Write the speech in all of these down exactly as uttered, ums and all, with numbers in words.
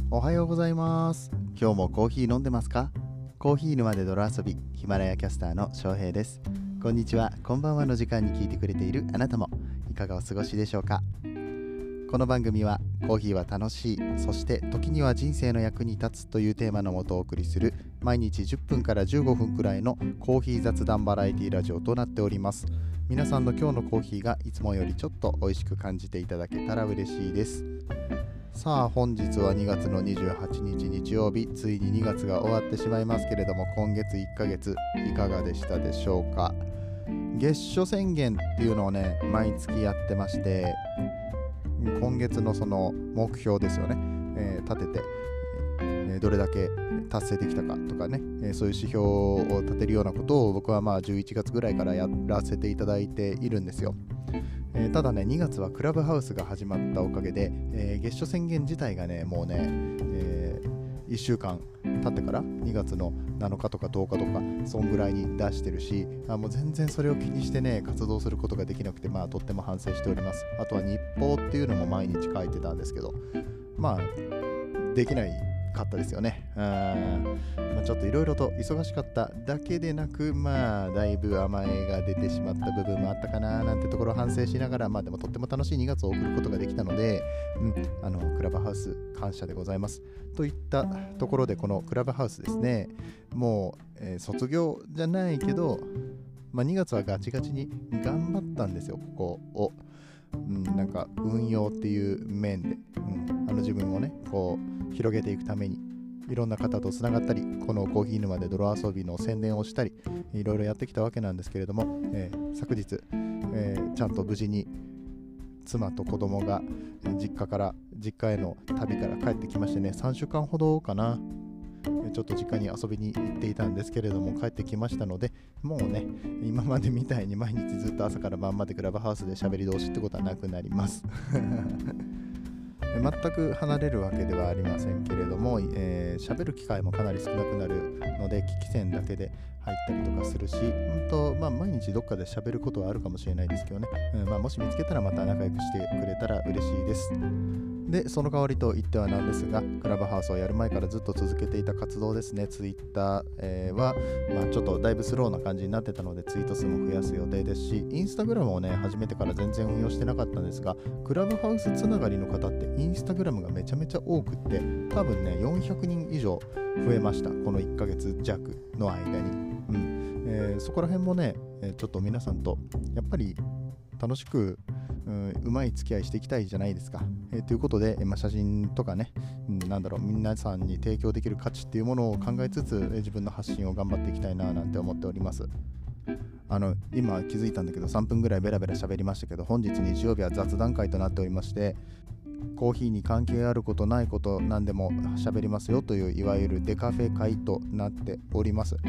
おはようございます。今日もコーヒー飲んでますか？コーヒー沼で泥遊び、ヒマラヤキャスターの翔平です。こんにちは、こんばんはの時間に聞いてくれているあなたもいかがお過ごしでしょうか？この番組はコーヒーは楽しい、そして時には人生の役に立つというテーマのもとお送りする毎日じゅっぷんからじゅうごふんくらいのコーヒー雑談バラエティラジオとなっております。皆さんの今日のコーヒーがいつもよりちょっと美味しく感じていただけたら嬉しいです。さあ本日はにがつのにじゅうはちにち日曜日、ついににがつが終わってしまいますけれども、今月いっかげついかがでしたでしょうか？月初宣言っていうのをね毎月やってまして、今月のその目標ですよね、えー、立てて、えー、どれだけ達成できたかとかね、えー、そういう指標を立てるようなことを僕はまあじゅういちがつぐらいからやらせていただいているんですよ。えー、ただねにがつはクラブハウスが始まったおかげで、えー、月初宣言自体がねもうね、えー、いっしゅうかん経ってからにがつのなのかとかとおかとかそんぐらいに出してるし、あもう全然それを気にしてね活動することができなくて、まあとっても反省しております。あとは日報っていうのも毎日書いてたんですけど、まあできないかったですよね。うん、まあ、ちょっといろいろと忙しかっただけでなく、まあだいぶ甘えが出てしまった部分もあったかななんてところを反省しながら、まあでもとっても楽しいにがつを送ることができたので、うん、あのクラブハウス感謝でございますといったところで、このクラブハウスですね、もう、えー、卒業じゃないけど、まあ、にがつはガチガチに頑張ったんですよ、ここを。うん、なんか運用っていう面で、うん、あの自分をねこう広げていくためにいろんな方とつながったり、このコーヒー沼で泥遊びの宣伝をしたり、いろいろやってきたわけなんですけれども、えー、昨日、えー、ちゃんと無事に妻と子供が実家から実家への旅から帰ってきましてね、さんしゅうかんほどかな、ちょっと実家に遊びに行っていたんですけれども帰ってきましたので、もうね今までみたいに毎日ずっと朝から晩までクラブハウスで喋り通しってことはなくなります全く離れるわけではありませんけれども、えー、喋る機会もかなり少なくなるので、聞き戦だけで入ったりとかするし、うんとまあ、毎日どっかで喋ることはあるかもしれないですけどね、うんまあ、もし見つけたらまた仲良くしてくれたら嬉しいです。でその代わりと言ってはなんですが、クラブハウスをやる前からずっと続けていた活動ですね、ツイッター、えー、は、まあ、ちょっとだいぶスローな感じになってたのでツイート数も増やす予定ですし、インスタグラムをね始めてから全然運用してなかったんですが、クラブハウスつながりの方ってインスタグラムがめちゃめちゃ多くって、多分ねよんひゃくにん以上増えました、このいっかげつじゃくの間に。うんえー、そこら辺もねちょっと皆さんとやっぱり楽しくうん、うまい付き合いしていきたいじゃないですか、えー、ということで、まあ、写真とかね、うん、なんだろう皆さんに提供できる価値っていうものを考えつつ、えー、自分の発信を頑張っていきたいななんて思っております。あの今気づいたんだけどさんぷんぐらいベラベラ喋りましたけど、本日日曜日は雑談会となっておりまして、コーヒーに関係あることないこと何でも喋りますよといういわゆるデカフェ会となっております。うん、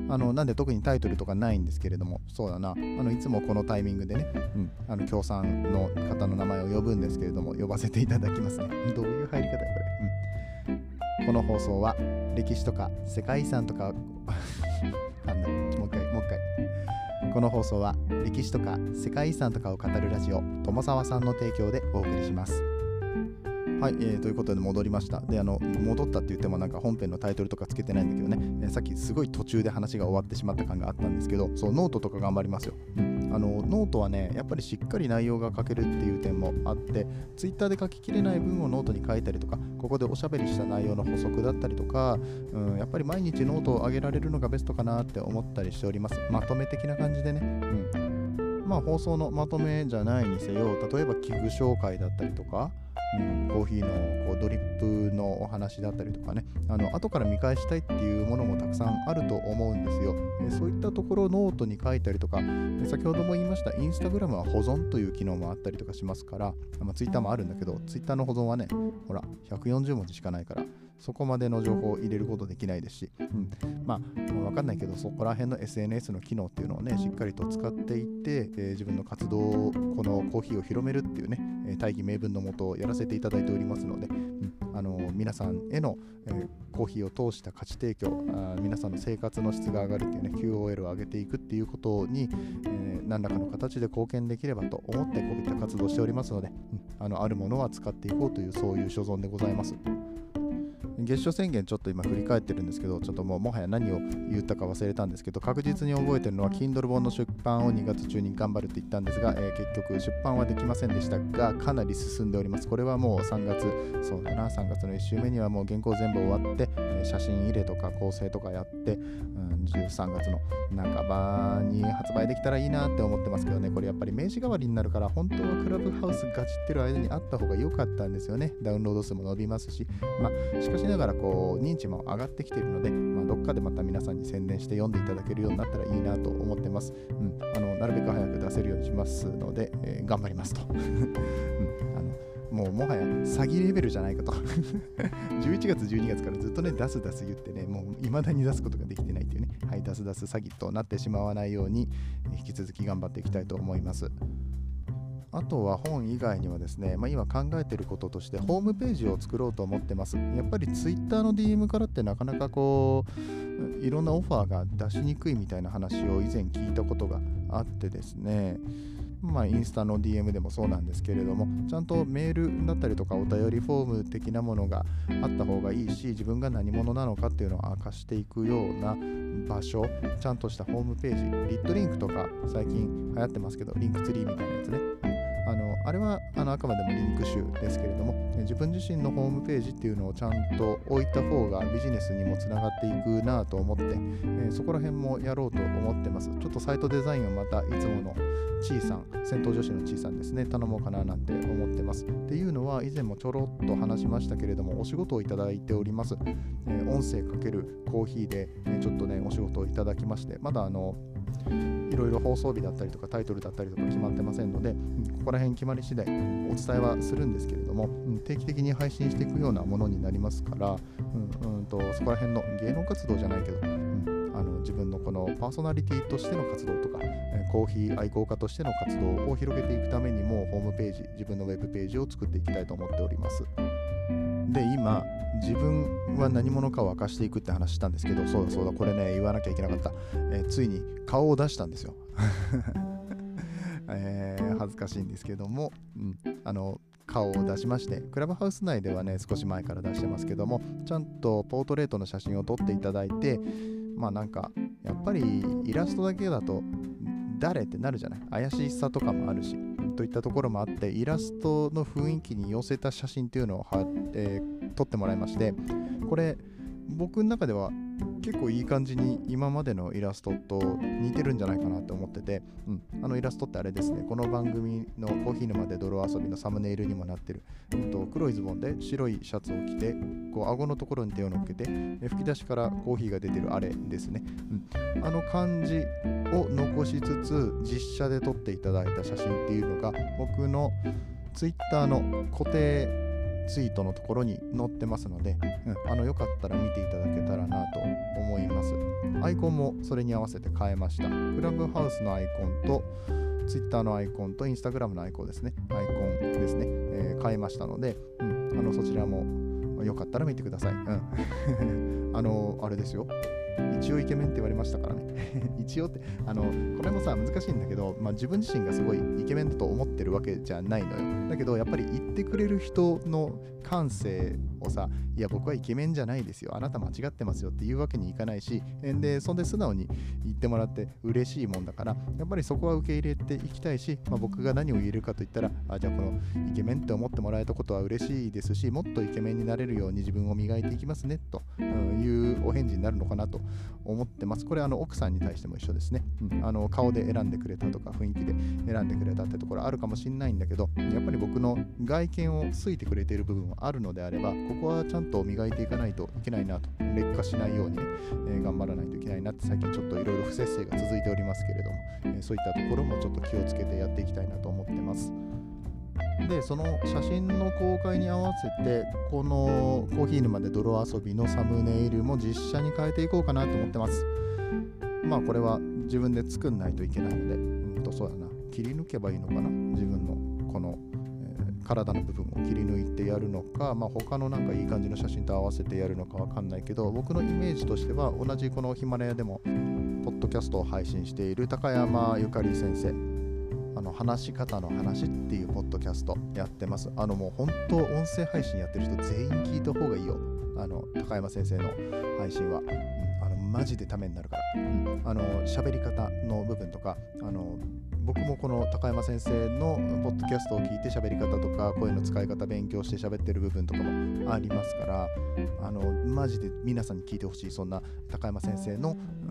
あのなんで特にタイトルとかないんですけれども、そうだな、あのいつもこのタイミングでね、うん、あの協賛の方の名前を呼ぶんですけれども、呼ばせていただきますね。どういう入り方やこれ、うん、この放送は歴史とか世界遺産とかなんだもう一回もう一回この放送は歴史とか世界遺産とかを語るラジオ友沢さんの提供でお送りします。はい、えー、ということで戻りました。で、あの戻ったって言ってもなんか本編のタイトルとかつけてないんだけどね、えー、さっきすごい途中で話が終わってしまった感があったんですけど、そうノートとか頑張りますよ。うん、あのノートはねやっぱりしっかり内容が書けるっていう点もあって、ツイッターで書ききれない文をノートに書いたりとか、ここでおしゃべりした内容の補足だったりとか、うん、やっぱり毎日ノートを上げられるのがベストかなって思ったりしております。まとめ的な感じでね。うんまあ放送のまとめじゃないにせよ、例えば器具紹介だったりとか、うん、コーヒーのこうドリップのお話だったりとかね、あの後から見返したいっていうものもたくさんあると思うんですよ。えそういったところをノートに書いたりとか、先ほども言いましたインスタグラムは保存という機能もあったりとかしますから、まあ、ツイッターもあるんだけど、ツイッターの保存はねほらひゃくよんじゅうもじしかないから、そこまでの情報を入れることできないですし、うん、まあ分かんないけど、そこら辺の エスエヌエス の機能っていうのをねしっかりと使っていって、えー、自分の活動をこのコーヒーを広めるっていうね、えー、大義名分のもとをやらせていただいておりますので、うん、あのー、皆さんへの、えー、コーヒーを通した価値提供、あ皆さんの生活の質が上がるっていうね キューオーエル を上げていくっていうことに、えー、何らかの形で貢献できればと思ってこういった活動をしておりますので、うん、あのあるものは使っていこうというそういう所存でございます。 月初宣言ちょっと今振り返ってるんですけど、ちょっともうもはや何を言ったか忘れたんですけど、確実に覚えてるのは Kindle 本の出版をにがつ中に頑張るって言ったんですが、えー、結局出版はできませんでしたが、かなり進んでおります。これはもうさんがつ、そうだな、さんがつのいっ週目にはもう原稿全部終わって、えー、写真入れとか構成とかやって、うん、じゅうさんがつの半ばに発売できたらいいなって思ってますけどね。これやっぱり名刺代わりになるから、本当はクラブハウスガチってる間にあった方が良かったんですよね。ダウンロード数も伸びますし、まあしかしながらこう認知も上がってきているので、まあ、どっかでまた皆さんに宣伝して読んでいただけるようになったらいいなと思ってます。うん、あのなるべく早く出せるようにしますので、えー、頑張りますと、うん、あのもうもはや詐欺レベルじゃないかとじゅういちがつじゅうにがつからずっとね出す出す言ってね、もう未だに出すことができてないっていうね、はい、出す出す詐欺となってしまわないように引き続き頑張っていきたいと思います。あとは本以外にはですね、まあ、今考えていることとしてホームページを作ろうと思ってます。やっぱり Twitter の ディーエム からってなかなかこういろんなオファーが出しにくいみたいな話を以前聞いたことがあってですね、まあインスタの ディーエム でもそうなんですけれども、ちゃんとメールだったりとかお便りフォーム的なものがあった方がいいし、自分が何者なのかっていうのを明かしていくような場所、ちゃんとしたホームページ、リットリンクとか最近流行ってますけど、リンクツリーみたいなやつね、あのあれはあのあくまでもリンク集ですけれども、自分自身のホームページっていうのをちゃんと置いた方がビジネスにもつながっていくなと思って、えー、そこら辺もやろうと思ってます。ちょっとサイトデザインをまたいつものちいさん、戦闘女子のちいさんですね、頼もうかななんて思ってます。っていうのは以前もちょろっと話しましたけれども、お仕事をいただいております。えー、音声かけるコーヒーで、えー、ちょっとねお仕事をいただきまして、まだあのいろいろ放送日だったりとかタイトルだったりとか決まってませんので、うん、ここら辺決まり次第お伝えはするんですけれども、うん、定期的に配信していくようなものになりますから、うんうん、とそこら辺の芸能活動じゃないけど、うん、あの自分のこのパーソナリティとしての活動とか、えー、コーヒー愛好家としての活動を広げていくためにもホームページ、自分のウェブページを作っていきたいと思っております。で、今自分は何者かを明かしていくって話したんですけど、そうだそうだ、これね言わなきゃいけなかった、えー、ついに顔を出したんですよ、えー、恥ずかしいんですけども、うん、あの顔を出しまして、クラブハウス内ではね少し前から出してますけども、ちゃんとポートレートの写真を撮っていただいて、まあなんかやっぱりイラストだけだと誰ってなるじゃない、怪しさとかもあるしといったところもあって、イラストの雰囲気に寄せた写真っていうのをは、えー、撮ってもらいまして、これ僕の中では結構いい感じに今までのイラストと似てるんじゃないかなと思ってて、うん、あのイラストってあれですね、この番組のコーヒー沼で泥遊びのサムネイルにもなってる、うん、と黒いズボンで白いシャツを着て、こう顎のところに手を乗っけて、え吹き出しからコーヒーが出てるあれですね、うん、あの感じを残しつつ実写で撮っていただいた写真っていうのが僕のツイッターの固定ツイートのところに載ってますので、うん、あのよかったら見ていただけたらなと思います。アイコンもそれに合わせて変えました。クラブハウスのアイコンとツイッターのアイコンとインスタグラムのアイコンですね、アイコンですね、えー、変えましたので、うん、あのそちらもよかったら見てください。うん、あのあれですよ、一応イケメンって言われましたからね一応ってあのこれもさ難しいんだけど、まあ、自分自身がすごいイケメンだと思ってるわけじゃないのよ。だけどやっぱり言ってくれる人の感性をさ、いや僕はイケメンじゃないですよ、あなた間違ってますよっていうわけにいかないし、でそんで素直に言ってもらって嬉しいもんだから、やっぱりそこは受け入れていきたいし、まあ、僕が何を言えるかといったら、あじゃあこのイケメンって思ってもらえたことは嬉しいですし、もっとイケメンになれるように自分を磨いていきますねというお返事になるのかなと思ってます。これあの奥さんに対しても一緒ですね、うん、あの顔で選んでくれたとか雰囲気で選んでくれたってところあるかもしれないんだけど、やっぱり僕の外見を好いてくれている部分はあるのであれば、ここはちゃんと磨いていかないといけないなと、劣化しないようにね、えー、頑張らないといけないなって最近ちょっといろいろ不節制が続いておりますけれども、えー、そういったところもちょっと気をつけてやっていきたいなと思ってます。でその写真の公開に合わせてこのコーヒー沼で泥遊びのサムネイルも実写に変えていこうかなと思ってます。まあこれは自分で作んないといけないので、うんとそうだな、切り抜けばいいのかな、自分のこの、えー、体の部分を切り抜いてやるのか、まあ他のなんかいい感じの写真と合わせてやるのかわかんないけど、僕のイメージとしては同じこのヒマラヤでもポッドキャストを配信している高山ゆかり先生あの話し方の話っていうポッドキャストやってます。あのもう本当音声配信やってる人全員聞いた方がいいよ。あの高山先生の配信は、うん、あのマジでためになるから、うん、あの喋り方の部分とか、あの僕もこの高山先生のポッドキャストを聞いて喋り方とか声の使い方勉強して喋ってる部分とかもありますから、あのマジで皆さんに聞いてほしい、そんな高山先生の、うん、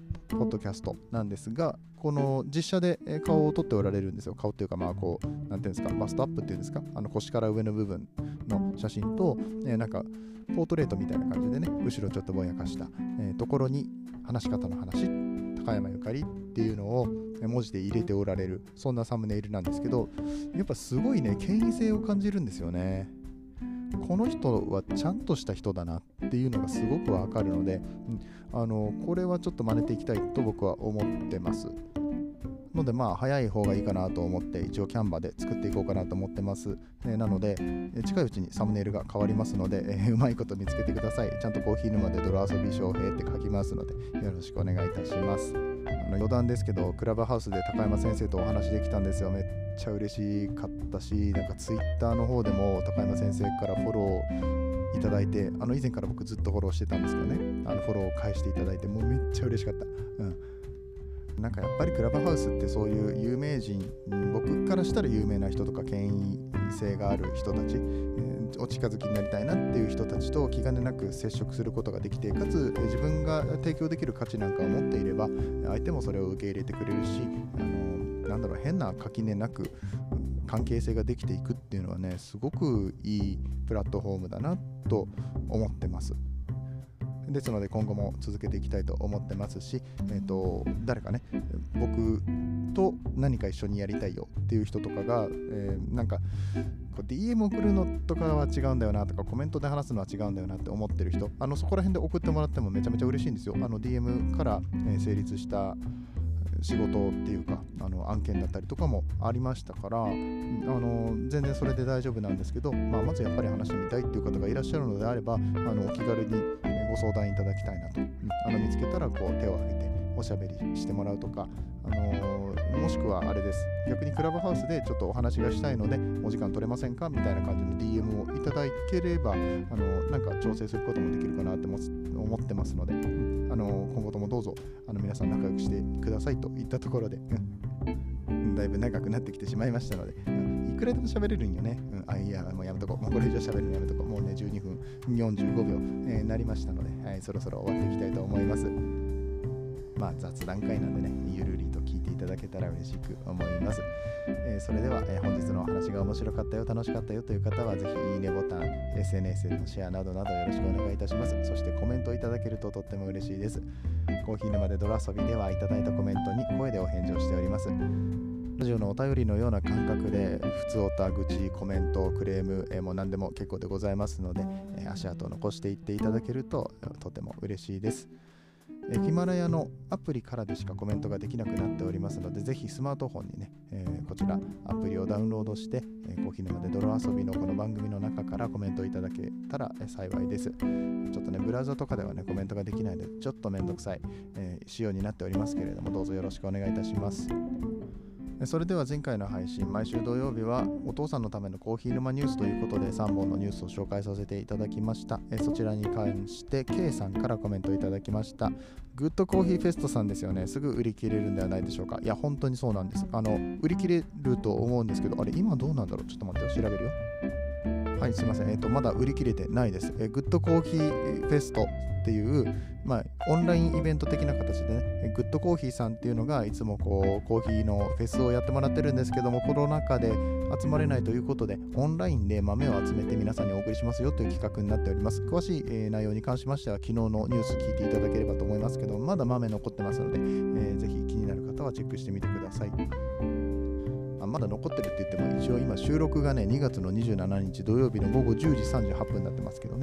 ポッドキャストなんですが、この実写で顔を撮っておられるんですよ。顔っていうか、まあこうなんていうんですか、バストアップっていうんですか、あの腰から上の部分の写真と、えー、なんかポートレートみたいな感じでね、後ろちょっとぼやかした、えー、ところに話し方の話、高山ゆかりっていうのを文字で入れておられる、そんなサムネイルなんですけど、やっぱすごいね、権威性を感じるんですよね。この人はちゃんとした人だなっていうのがすごくわかるので、うん、あのこれはちょっと真似ていきたいと僕は思ってますので、まあ早い方がいいかなと思って一応キャンバで作っていこうかなと思ってます、えー、なので、えー、近いうちにサムネイルが変わりますので、えー、うまいこと見つけてください。ちゃんとコーヒー沼で泥遊び翔平って書きますのでよろしくお願いいたします。あの余談ですけど、クラブハウスで高山先生とお話できたんですよ。めっちゃ嬉しかったし、なんかツイッターの方でも高山先生からフォローいただいて、あの以前から僕ずっとフォローしてたんですけどね、あのフォローを返していただいて、もうめっちゃ嬉しかった。うんなんかやっぱりクラブハウスってそういう有名人、僕からしたら有名な人とか権威性がある人たち、えー、お近づきになりたいなっていう人たちと気兼ねなく接触することができて、かつ自分が提供できる価値なんかを持っていれば相手もそれを受け入れてくれるし、あのなんだろう、変な垣根なく関係性ができていくっていうのはね、すごくいいプラットフォームだなと思ってます。ですので今後も続けていきたいと思ってますし、えーと、誰かね、僕と何か一緒にやりたいよっていう人とかが、えー、なんかこう ディーエム 送るのとかは違うんだよなとか、コメントで話すのは違うんだよなって思ってる人、あのそこら辺で送ってもらってもめちゃめちゃ嬉しいんですよ。あの ディーエム から、えー、成立した仕事っていうか、あの案件だったりとかもありましたから、あの全然それで大丈夫なんですけど、まあ、まずやっぱり話してみたいっていう方がいらっしゃるのであれば、あのお気軽にご相談いただきたいなと、うん、あの見つけたらこう手を挙げておしゃべりしてもらうとか、あのー、もしくはあれです、逆にクラブハウスでちょっとお話がしたいのでお時間取れませんかみたいな感じの ディーエム をいただければ、あのー、なんか調整することもできるかなって思ってますので、うん、あのー、今後ともどうぞあの皆さん仲良くしてくださいといったところで、うん、だいぶ長くなってきてしまいましたので、うん、いくらでも喋れるんよね、うん、あいやもうやめとこう、もうこれ以上喋るのやめとこう、もうねじゅうにふんよんじゅうごびょう、えー、なりましたので、はい、そろそろ終わっていきたいと思います。まあ雑談会なんでね、ゆるりと聞いていただけたら嬉しく思います。えー、それでは、えー、本日のお話が面白かったよ、楽しかったよという方はぜひいいねボタン、エスエヌエス でのシェアなどなどよろしくお願いいたします。そしてコメントいただけるととっても嬉しいです。コーヒー沼で泥遊びではいただいたコメントに声でお返事をしております。ラジオのお便りのような感覚で普通おた、愚痴、コメント、クレーム、えー、もう何でも結構でございますので、えー、足跡を残していっていただけるととても嬉しいです。ヒマラヤのアプリからでしかコメントができなくなっておりますので、ぜひスマートフォンにね、えー、こちらアプリをダウンロードして、えー、コーヒー沼で泥遊びのこの番組の中からコメントいただけたら、えー、幸いです。ちょっとね、ブラウザとかではね、コメントができないので、ちょっとめんどくさい、えー、仕様になっておりますけれども、どうぞよろしくお願いいたします。それでは前回の配信、毎週土曜日はお父さんのためのコーヒー沼ニュースということでさんぼんのニュースを紹介させていただきました。そちらに関して K さんからコメントいただきました。グッドコーヒーフェストさんですよね。すぐ売り切れるんではないでしょうか。いや本当にそうなんです。あの売り切れると思うんですけど、あれ今どうなんだろう。ちょっと待ってよ、調べるよ。はい、すいません。えっとまだ売り切れてないです。えグッドコーヒーフェストっていう、まあ、オンラインイベント的な形でね、グッドコーヒーさんっていうのがいつもこうコーヒーのフェスをやってもらってるんですけども、コロナ禍で集まれないということでオンラインで豆を集めて皆さんにお送りしますよという企画になっております。詳しい、えー、内容に関しましては昨日のニュース聞いていただければと思いますけど、まだ豆残ってますので、えー、ぜひ気になる方はチェックしてみてください。あまだ残ってるって言っても一応今収録がねにがつのにじゅうしちにち土曜日のごごじゅうじさんじゅうはっぷんになってますけどね、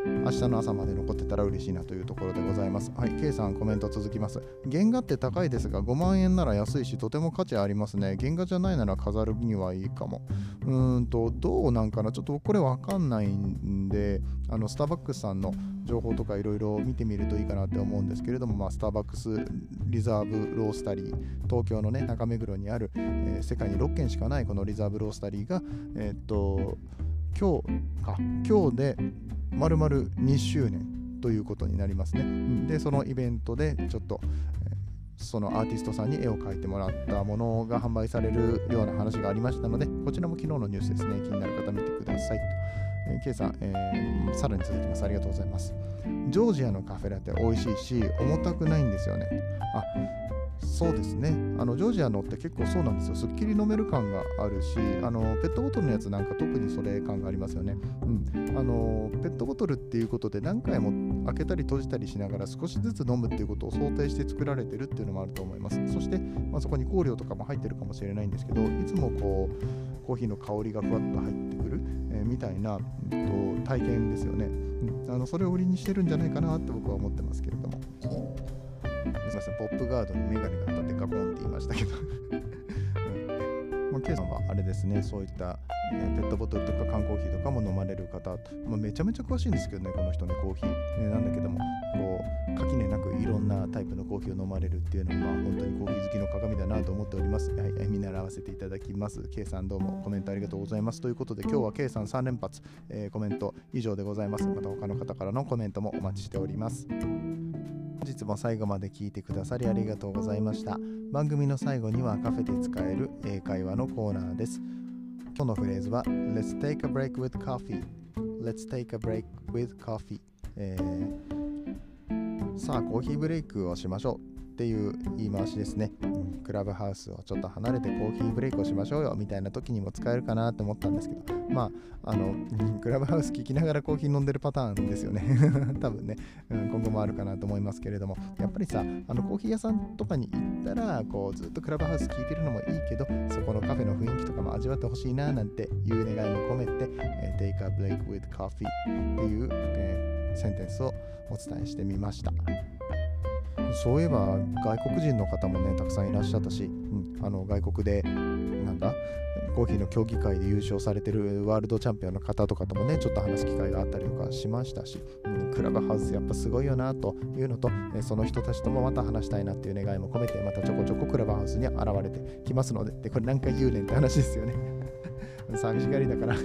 明日の朝まで残ってたら嬉しいなというところでございます。はい、K さんコメント続きます。原画って高いですがごまんえんなら安いしとても価値ありますね。原画じゃないなら飾るにはいいかも。うーんとどうなんかな、ちょっとこれわかんないんで、あのスターバックスさんの情報とかいろいろ見てみるといいかなって思うんですけれども、まあ、スターバックスリザーブロースタリー、東京のね中目黒にある、えー、世界にろっけんしかないこのリザーブロースタリーがえー、っと今日か今日で丸々にしゅうねんということになりますね。でそのイベントでちょっと、えー、そのアーティストさんに絵を描いてもらったものが販売されるような話がありましたので、こちらも昨日のニュースですね。気になる方見てください。えー、K さん、えー、さらに続きます。ありがとうございます。ジョージアのカフェラテ美味しいし重たくないんですよね。あ、そうですね。あのジョージアのって結構そうなんですよ。すっきり飲める感があるし、あのペットボトルのやつなんか特にそれ感がありますよね。うん。あのペットボトルっていうことで何回も開けたり閉じたりしながら少しずつ飲むっていうことを想定して作られてるっていうのもあると思います。そして、まあ、そこに香料とかも入ってるかもしれないんですけど、いつもこうコーヒーの香りがふわっと入ってくる、えー、みたいな、うん、と体験ですよね。うん。あのそれを売りにしてるんじゃないかなって僕は思ってますけれども。すみません、ポップガードにメガネが当たってガコンって言いましたけど、うんまあ、K さんはあれですね、そういった、えー、ペットボトルとか缶コーヒーとかも飲まれる方、まあ、めちゃめちゃ詳しいんですけどね、この人ね、コーヒー、ね、なんだけども、こう垣根なくいろんなタイプのコーヒーを飲まれるっていうのは、まあ、本当にコーヒー好きの鏡だなと思っております。はい、見習わせていただきます。K さんどうもコメントありがとうございます。ということで、今日は K さんさん連発、えー、コメント以上でございます。また他の方からのコメントもお待ちしております。本日も最後まで聞いてくださりありがとうございました。番組の最後にはカフェで使える英会話のコーナーです。今日のフレーズは Let's take a break with coffee Let's take a break with coffee、えー、さあコーヒーブレイクをしましょうっていう言い回しですね。クラブハウスをちょっと離れてコーヒーブレイクをしましょうよみたいな時にも使えるかなと思ったんですけど、まああのクラブハウス聞きながらコーヒー飲んでるパターンですよね多分ね、うん、今後もあるかなと思いますけれども、やっぱりさ、あのコーヒー屋さんとかに行ったらこうずっとクラブハウス聞いてるのもいいけど、そこのカフェの雰囲気とかも味わってほしいななんていう願いも込めて、えー、Take a break with coffee っていう、えー、センテンスをお伝えしてみました。そういえば外国人の方もねたくさんいらっしゃったし、うん、あの外国でなんだコーヒーの競技会で優勝されてるワールドチャンピオンの方とかともねちょっと話す機会があったりとかしましたし、うん、クラブハウスやっぱすごいよなというのと、えその人たちともまた話したいなっていう願いも込めて、またちょこちょこクラブハウスに現れてきますので、でこれ何回言うねんって話ですよね寂しがりだからうん、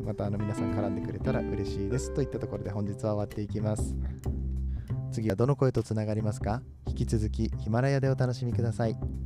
またあの皆さん絡んでくれたら嬉しいですといったところで本日は終わっていきます。次はどの声とつながりますか？引き続きヒマラヤでお楽しみください。